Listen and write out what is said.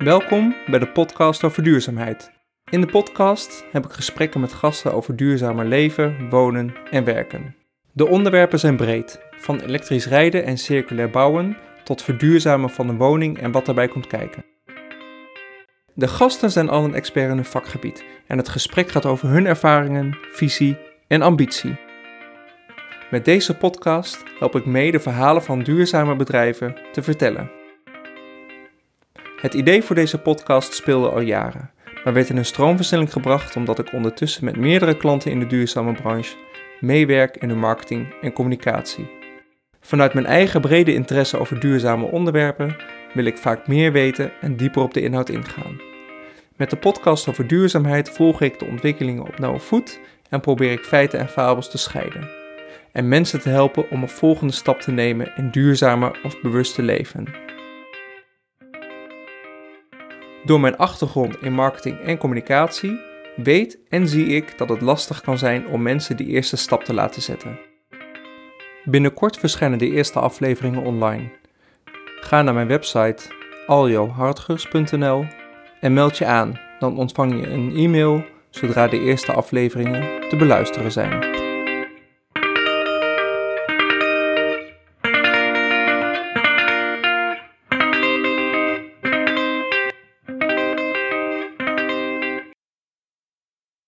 Welkom bij de podcast over duurzaamheid. In de podcast heb ik gesprekken met gasten over duurzamer leven, wonen en werken. De onderwerpen zijn breed, van elektrisch rijden en circulair bouwen tot verduurzamen van een woning en wat daarbij komt kijken. De gasten zijn al een expert in hun vakgebied en het gesprek gaat over hun ervaringen, visie en ambitie. Met deze podcast help ik mee de verhalen van duurzame bedrijven te vertellen. Het idee voor deze podcast speelde al jaren, maar werd in een stroomversnelling gebracht omdat ik ondertussen met meerdere klanten in de duurzame branche meewerk in hun marketing en communicatie. Vanuit mijn eigen brede interesse over duurzame onderwerpen wil ik vaak meer weten en dieper op de inhoud ingaan. Met de podcast over duurzaamheid volg ik de ontwikkelingen op nauwe voet en probeer ik feiten en fabels te scheiden. En mensen te helpen om een volgende stap te nemen in duurzamer of bewuster leven. Door mijn achtergrond in marketing en communicatie weet en zie ik dat het lastig kan zijn om mensen die eerste stap te laten zetten. Binnenkort verschijnen de eerste afleveringen online. Ga naar mijn website aljohartgers.nl en meld je aan. Dan ontvang je een e-mail zodra de eerste afleveringen te beluisteren zijn.